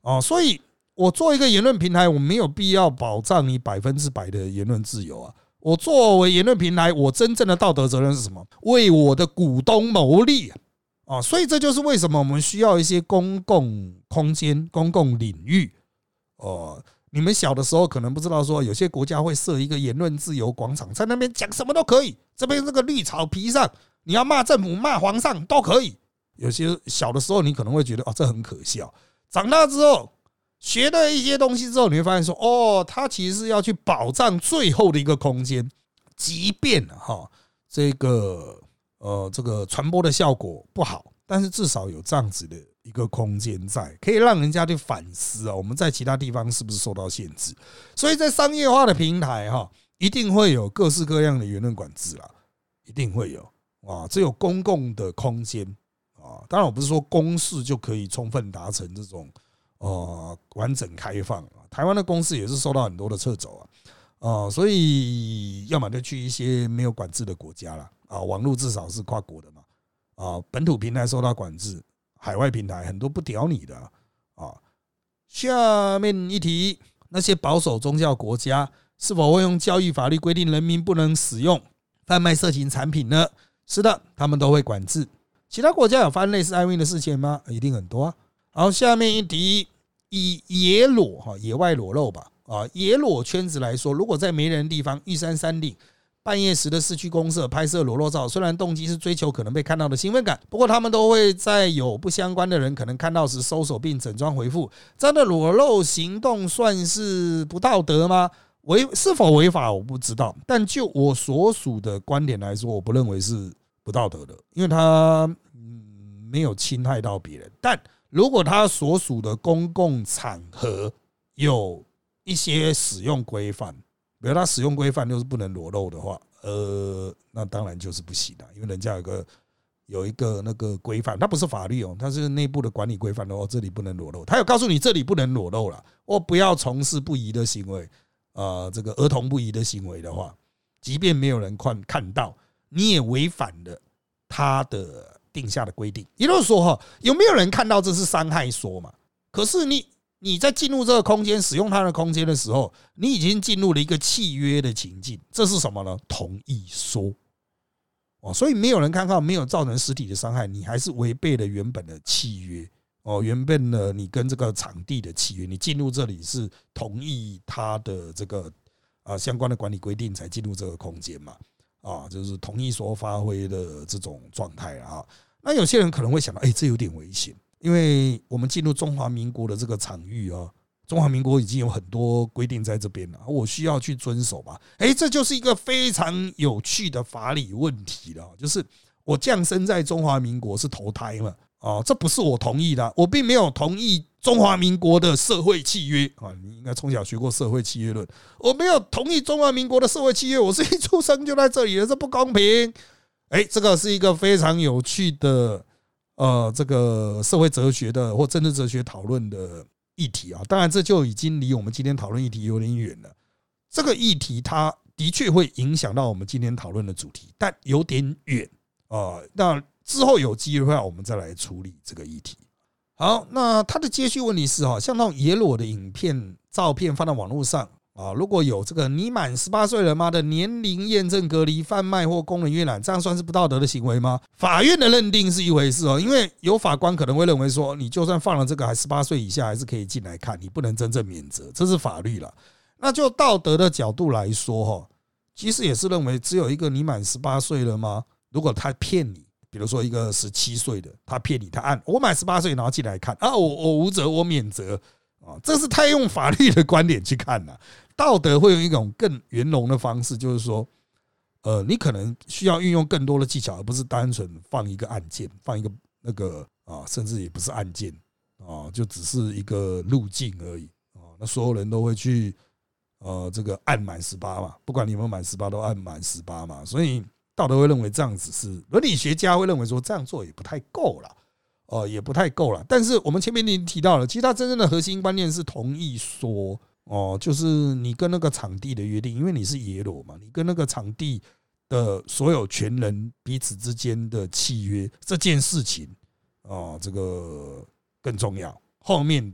A: 哦，所以我做一个言论平台，我没有必要保障你百分之百的言论自由啊。我作为言论平台，我真正的道德责任是什么？为我的股东谋利啊！啊，所以这就是为什么我们需要一些公共空间、公共领域。哦，你们小的时候可能不知道，说有些国家会设一个言论自由广场，在那边讲什么都可以。这边这个绿草皮上，你要骂政府、骂皇上都可以。有些小的时候你可能会觉得哦，这很可笑。长大之后学了一些东西之后，你会发现说，哦，它其实是要去保障最后的一个空间，即便哈这个。呃，这个传播的效果不好，但是至少有这样子的一个空间在，可以让人家去反思啊，我们在其他地方是不是受到限制？所以在商业化的平台哈，一定会有各式各样的言论管制啦，一定会有啊。只有公共的空间啊，当然我不是说公视就可以充分达成这种呃完整开放啊。台湾的公视也是受到很多的掣肘啊。啊，所以要么就去一些没有管制的国家啦，啊，网络至少是跨国的嘛，啊，本土平台受到管制，海外平台很多不屌你的啊。下面一题，那些保守宗教国家是否会用教育法律规定人民不能使用贩卖色情产品呢？是的，他们都会管制。其他国家有发生类似 iWin 的事情吗？一定很多啊。好，下面一题，以野裸哈野外裸露吧。啊，野裸圈子来说，如果在没人的地方，玉山山顶半夜时的市区公社拍摄裸露照，虽然动机是追求可能被看到的兴奋感，不过他们都会在有不相关的人可能看到时收手并整装回复。这样的裸露行动算是不道德吗？违是否违法我不知道，但就我所属的观点来说，我不认为是不道德的，因为他没有侵害到别人。但如果他所属的公共场合有一些使用规范，比如他使用规范就是不能裸露的话，呃，那当然就是不行了，因为人家有个有一个那个规范，它不是法律哦，它是内部的管理规范哦，这里不能裸露，他有告诉你这里不能裸露了，或不要从事不宜的行为，呃，这个儿童不宜的行为的话，即便没有人看看到，你也违反了他的定下的规定。也就是说哈，有没有人看到这是伤害说嘛？可是你。你在进入这个空间、使用它的空间的时候，你已经进入了一个契约的情境，这是什么呢？同意说，哦，所以没有人看到，没有造成实体的伤害，你还是违背了原本的契约，哦，原本的你跟这个场地的契约，你进入这里是同意他的这个啊相关的管理规定才进入这个空间嘛，啊，就是同意说发挥的这种状态啊。那有些人可能会想到，哎，这有点危险。因为我们进入中华民国的这个场域啊，中华民国已经有很多规定在这边了，我需要去遵守吧？哎，这就是一个非常有趣的法理问题了，就是我降生在中华民国是投胎嘛？哦，这不是我同意的，我并没有同意中华民国的社会契约啊。你应该从小学过社会契约论，我没有同意中华民国的社会契约，我是一出生就在这里的，这不公平。哎，这个是一个非常有趣的。呃，这个社会哲学的或政治哲学讨论的议题啊，当然这就已经离我们今天讨论议题有点远了。这个议题它的确会影响到我们今天讨论的主题，但有点远啊。那之后有机会的话，我们再来处理这个议题。好，那它的接续问题是哈，像那种野裸的影片、照片放到网络上。啊，如果有这个你满十八岁了吗的年龄验证隔离、贩卖或公人阅览，这样算是不道德的行为吗？法院的认定是一回事哦，因为有法官可能会认为说，你就算放了这个，还十八岁以下还是可以进来看，你不能真正免责，这是法律了。那就道德的角度来说，哈，其实也是认为只有一个你满十八岁了吗？如果他骗你，比如说一个十七岁的，他骗你，他按我满十八岁然后进来看啊，我我无责，我免责。啊，这是太用法律的观点去看了，道德会用一种更圆融的方式，就是说，呃，你可能需要运用更多的技巧，而不是单纯放一个按键，放一个那个啊，甚至也不是按键啊，就只是一个路径而已啊。那所有人都会去呃这个按满十八嘛，不管你有没有满十八，都按满十八嘛。所以道德会认为这样子是，伦理学家会认为说这样做也不太够了。哦，也不太够了。但是我们前面已经提到了，其实它真正的核心观念是同意说，哦，就是你跟那个场地的约定，因为你是野裸嘛，你跟那个场地的所有权人彼此之间的契约这件事情，哦，这个更重要。后面的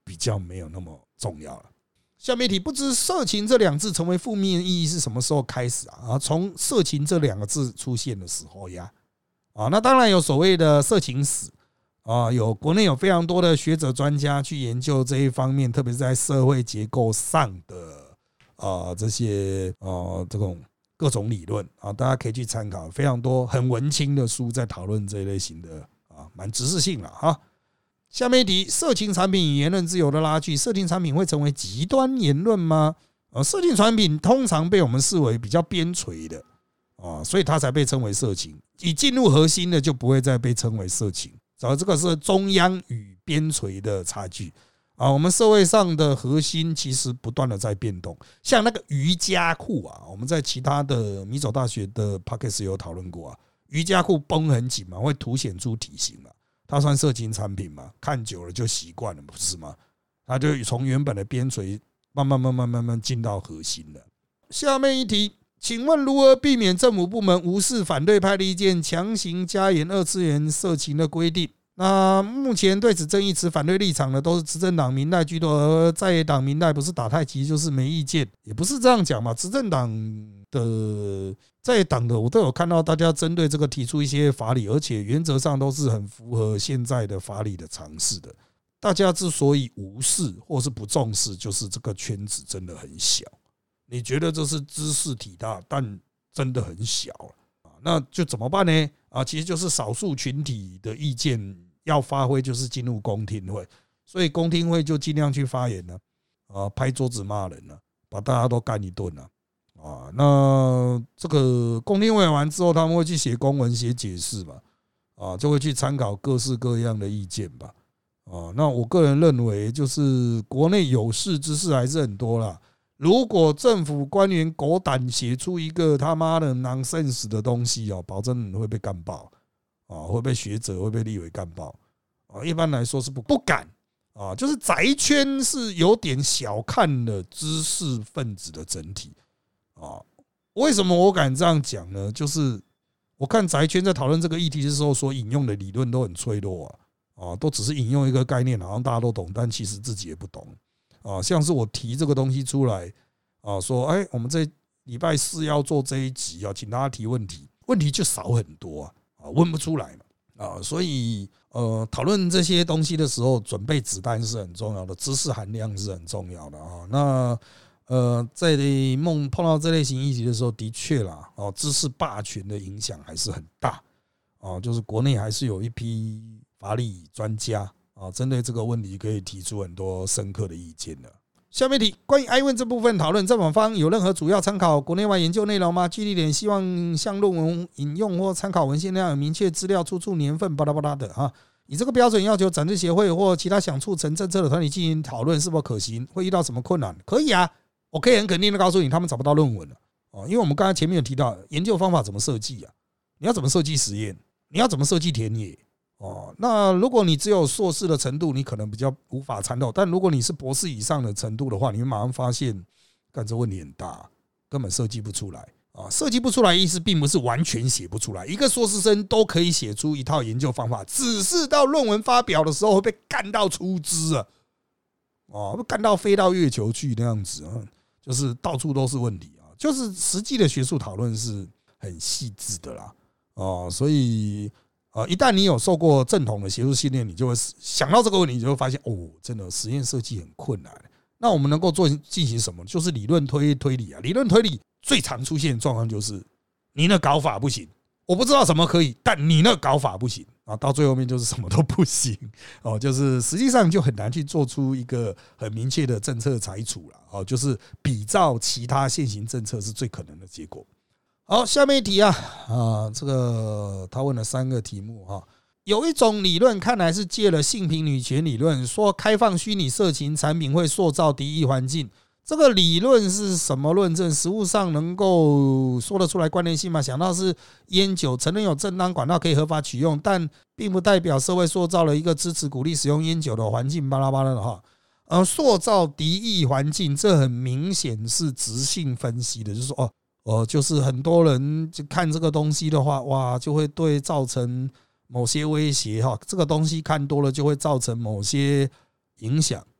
A: 比较没有那么重要了。下面一题，不知色情这两字成为负面意义是什么时候开始啊？从色情这两个字出现的时候呀，啊，那当然有所谓的色情史啊，有国内有非常多的学者专家去研究这一方面，特别是在社会结构上的啊这些啊这种各种理论啊，大家可以去参考，非常多很文青的书在讨论这一类型的啊，蛮知识性了哈。下面一题，色情产品与言论自由的拉锯，色情产品会成为极端言论吗？呃，色情产品通常被我们视为比较边陲的啊，所以它才被称为色情。已进入核心的就不会再被称为色情。找这个是中央与边陲的差距啊。我们社会上的核心其实不断的在变动，像那个瑜伽裤啊，我们在其他的米走大学的 podcast 有讨论过啊，瑜伽裤绷很紧嘛，会凸显出体型嘛。它算色情产品吗？看久了就习惯了，不是吗？它就从原本的边陲慢慢慢慢慢慢进到核心了。下面一题，请问如何避免政府部门无视反对派的意见，强行加严二次元色情的规定？那目前对此争议持反对立场的都是执政党民代居多，而在野党民代不是打太极就是没意见，也不是这样讲嘛。执政党的在野党的我都有看到大家针对这个提出一些法理，而且原则上都是很符合现在的法理的常识的。大家之所以无视或是不重视，就是这个圈子真的很小。你觉得这是知识体大，但真的很小了，那就怎么办呢？啊，其实就是少数群体的意见要发挥，就是进入公听会，所以公听会就尽量去发言了，啊，拍桌子骂人了，把大家都干一顿了，啊，那这个公听会完之后，他们会去写公文、写解释嘛，啊，就会去参考各式各样的意见吧，啊，那我个人认为，就是国内有识之士还是很多啦。如果政府官员狗胆写出一个他妈的 nonsense 的东西哦，保证会被干爆啊，会被学者会被立委干爆啊。一般来说是不不敢啊，就是宅圈是有点小看了知识分子的整体啊。为什么我敢这样讲呢？就是我看宅圈在讨论这个议题的时候，所引用的理论都很脆弱啊，啊，都只是引用一个概念，好像大家都懂，但其实自己也不懂。啊，像是我提这个东西出来啊，说哎，我们这礼拜四要做这一集啊，请大家提问题，问题就少很多啊，啊，问不出来嘛，啊，所以呃，讨论这些东西的时候，准备子弹是很重要的，知识含量是很重要的啊。那呃，在梦碰到这类型议题的时候，的确啦，哦，知识霸权的影响还是很大啊，就是国内还是有一批法理专家。啊，针对这个问题可以提出很多深刻的意见的。下面题，关于 I 问这部分讨论，正反方有任何主要参考国内外研究内容吗？具体点，希望像论文引用或参考文献那样有明确资料、出处、年份，巴拉巴拉的哈。以这个标准要求展示协会或其他想促成政策的团体进行讨论，是否可行？会遇到什么困难？可以啊，我可以很肯定的告诉你，他们找不到论文了哦，因为我们刚才前面有提到研究方法怎么设计啊，你要怎么设计实验，你要怎么设计田野。哦，那如果你只有硕士的程度，你可能比较无法参透；但如果你是博士以上的程度的话，你会马上发现，干这问题很大，根本设计不出来啊！设计不出来，意思并不是完全写不出来，一个硕士生都可以写出一套研究方法，只是到论文发表的时候会被干到出汁啊！哦，被干到飞到月球去那样子啊，就是到处都是问题啊！就是实际的学术讨论是很细致的啦，哦，所以。呃，一旦你有受过正统的学术训练，你就会想到这个问题，你就会发现哦，真的实验设计很困难。那我们能够做进行什么？就是理论推推理啊。理论推理最常出现的状况就是你那搞法不行，我不知道什么可以，但你那搞法不行啊，到最后面就是什么都不行哦，就是实际上就很难去做出一个很明确的政策裁处了哦，就是比照其他现行政策是最可能的结果。好，下面一题啊，啊，这个他问了三个题目哈。有一种理论看来是借了性平女权理论，说开放虚拟色情产品会塑造敌意环境。这个理论是什么论证？实务上能够说得出来关联性吗？想到是烟酒，承认有正当管道可以合法取用，但并不代表社会塑造了一个支持鼓励使用烟酒的环境，巴拉巴拉的哈。呃，塑造敌意环境，这很明显是质性分析的，就是说哦。哦，就是很多人就看这个东西的话，哇，就会对造成某些威胁哈。这个东西看多了就会造成某些影响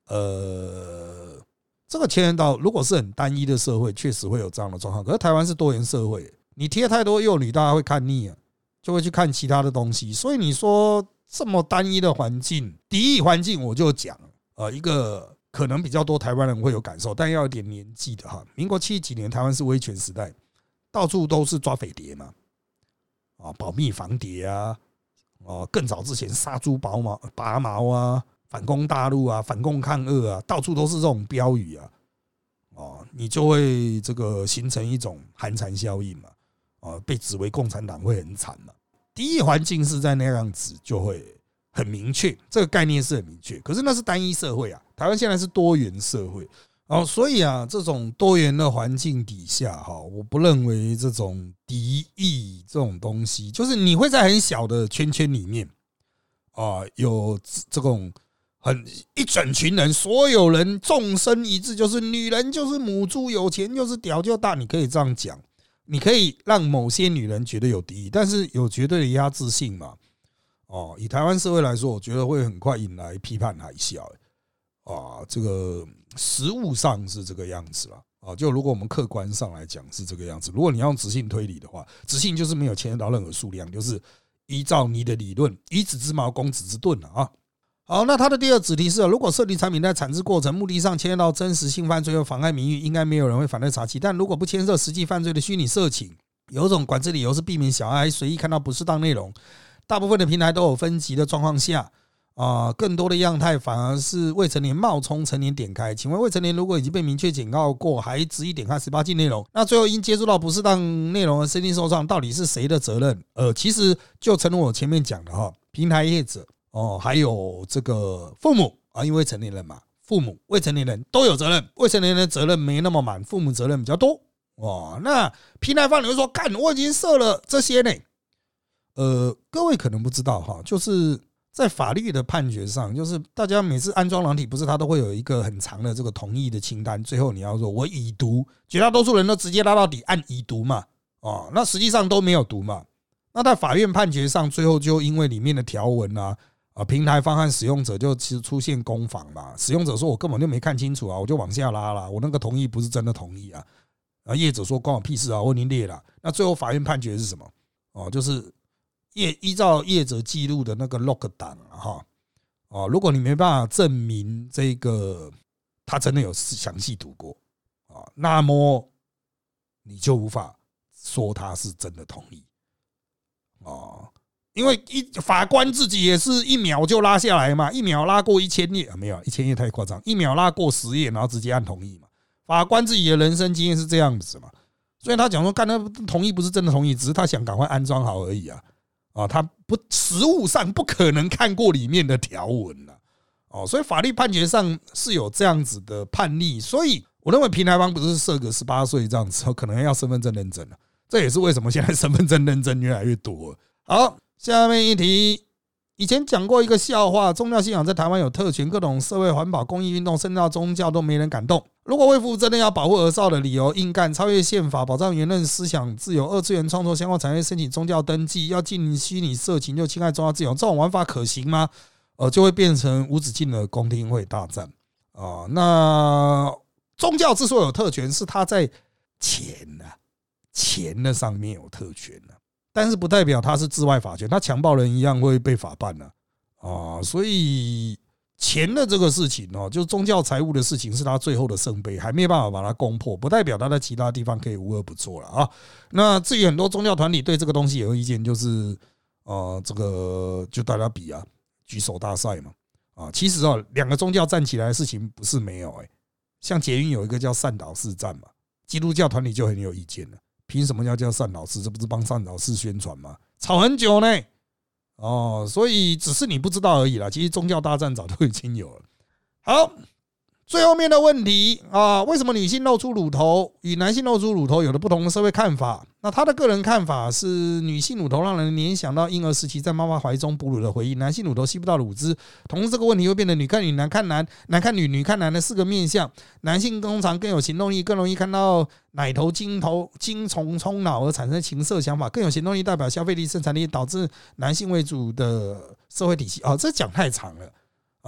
A: 呃，这个牵连到如果是很单一的社会，确实会有这样的状况。可是台湾是多元社会，你贴太多幼女，大家会看腻啊，就会去看其他的东西。所以你说这么单一的环境，敌意环境，我就讲，呃，一个可能比较多台湾人会有感受，但要有点年纪的哈。民国七十几年，台湾是威权时代，到处都是抓匪谍嘛，啊，保密防谍啊，哦，更早之前杀猪拔毛拔毛啊，反攻大陆啊，反共抗俄啊，到处都是这种标语啊，哦，你就会这个形成一种寒蝉效应嘛，哦，被指为共产党会很惨嘛。敌意环境是在那样子就会很明确，这个概念是很明确。可是那是单一社会啊，台湾现在是多元社会。哦，所以啊，这种多元的环境底下，哈，我不认为这种敌意这种东西，就是你会在很小的圈圈里面，啊，有这种很一整群人，所有人众生一致，就是女人就是母猪，有钱就是屌就大，你可以这样讲，你可以让某些女人觉得有敌意，但是有绝对的压制性嘛。哦，以台湾社会来说，我觉得会很快引来批判海啸。啊，这个实务上是这个样子啦。啊，就如果我们客观上来讲是这个样子，如果你要用直性推理的话，直性就是没有牵涉到任何数量，就是依照你的理论，以子之矛攻子之盾了啊。好，那它的第二子题是，如果设定产品在产制过程目的上牵涉到真实性犯罪或妨碍名誉，应该没有人会反对查缉。但如果不牵涉实际犯罪的虚拟色情，有种管制理由是避免小孩随意看到不适当内容。大部分的平台都有分级的状况下，啊，更多的样态反而是未成年冒充成年点开。请问未成年如果已经被明确警告过，还执意点开十八禁内容，那最后因接触到不适当内容而身心受伤，到底是谁的责任？呃，其实就诚如我前面讲的哈，平台业者哦，还有这个父母啊，因为未成年人嘛，父母、未成年人都有责任，未成年人的责任没那么满，父母责任比较多哦。那平台方你会说，干，我已经设了这些呢？呃，各位可能不知道哈，就是在法律的判决上，就是大家每次安装软体，不是它都会有一个很长的这个同意的清单，最后你要说我已读，绝大多数人都直接拉到底按已读嘛，哦，那实际上都没有读嘛。那在法院判决上，最后就因为里面的条文啊，啊，平台方和使用者就其实出现攻防嘛。使用者说我根本就没看清楚啊，我就往下拉了，我那个同意不是真的同意啊。啊，业者说关我屁事啊，我已经列了。那最后法院判决是什么？哦，就是业依照业者记录的那个 log 档哈，哦，如果你没办法证明这个他真的有详细读过啊，那么你就无法说他是真的同意啊，因为一法官自己也是一秒就拉下来嘛，一秒拉过一千页啊，没有一千页太夸张，一秒拉过十页，然后直接按同意嘛。法官自己的人生经验是这样子嘛，所以他讲说，干那同意不是真的同意，只是他想赶快安装好而已啊。啊，他不实务上不可能看过里面的条文了，哦，所以法律判决上是有这样子的判例，所以我认为平台方不是设个十八岁这样子，可能要身份证认证了，这也是为什么现在身份证认证越来越多。好，下面一题，以前讲过一个笑话，宗教信仰在台湾有特权，各种社会环保公益运动甚至到宗教都没人敢动。如果卫福真的要保护儿少的理由硬干，超越宪法，保障言论思想自由，二次元创作相关产业申请宗教登记，要禁虚拟色情又侵害宗教自由，这种玩法可行吗？呃，就会变成无止境的公听会大战啊。那宗教之所以有特权，是它在钱啊钱的上面有特权啊，但是不代表它是治外法权，它强暴人一样会被法办啊啊，所以。钱的这个事情哦，就是宗教财务的事情，是他最后的圣杯，还没有办法把它攻破，不代表他在其他地方可以无恶不作了啊。那至于很多宗教团体对这个东西有意见，就是呃，这个就大家比啊，举手大赛嘛啊。其实啊，两个宗教站起来的事情不是没有哎、欸，像捷运有一个叫善导寺站嘛，基督教团体就很有意见了，凭什么要叫善导寺？这不是帮善导寺宣传吗？吵很久呢。哦，所以只是你不知道而已啦。其实宗教大战早都已经有了。好，最后面的问题啊，为什么女性露出乳头与男性露出乳头有了不同的社会看法？那他的个人看法是，女性乳头让人联想到婴儿时期在妈妈怀中哺乳的回忆，男性乳头吸不到乳汁。同时，这个问题会变得女看女、男看男、男看女、女看男的四个面向。男性通常更有行动力，更容易看到奶头精头精虫冲脑而产生情色想法，更有行动力代表消费力、生产力，导致男性为主的社会体系。哦，这讲太长了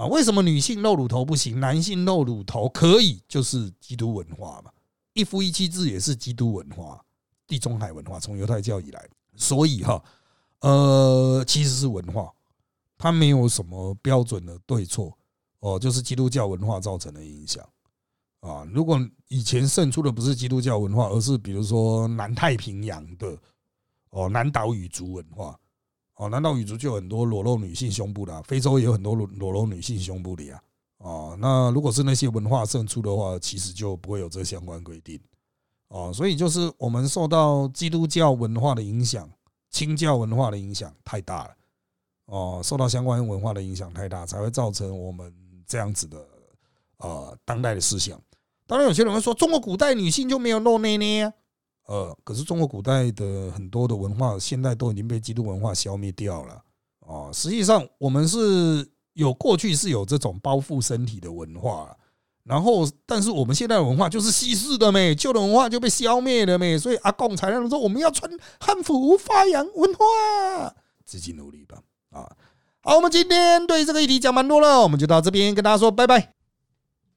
A: 啊，为什么女性露乳头不行，男性露乳头可以？就是基督文化嘛，一夫一妻制也是基督文化，地中海文化从犹太教以来，所以哈，呃，其实是文化，它没有什么标准的对错哦，就是基督教文化造成的影响啊。如果以前胜出的不是基督教文化，而是比如说南太平洋的哦南岛语族文化。哦，南岛语族就有很多裸露女性胸部的、啊，非洲也有很多裸露女性胸部的呀、啊。哦，那如果是那些文化胜出的话，其实就不会有这相关规定。哦，所以就是我们受到基督教文化的影响、清教文化的影响太大了。哦，受到相关文化的影响太大，才会造成我们这样子的呃当代的思想。当然，有些人会说，中国古代女性就没有露内内啊。呃，可是中国古代的很多的文化，现在都已经被基督文化消灭掉了哦。实际上，我们是有过去是有这种包覆身体的文化，然后，但是我们现在的文化就是西式的没，旧的文化就被消灭了没，所以阿共才让说我们要穿汉服发扬文化，自己努力吧啊。好，我们今天对这个议题讲蛮多了，我们就到这边跟大家说拜拜。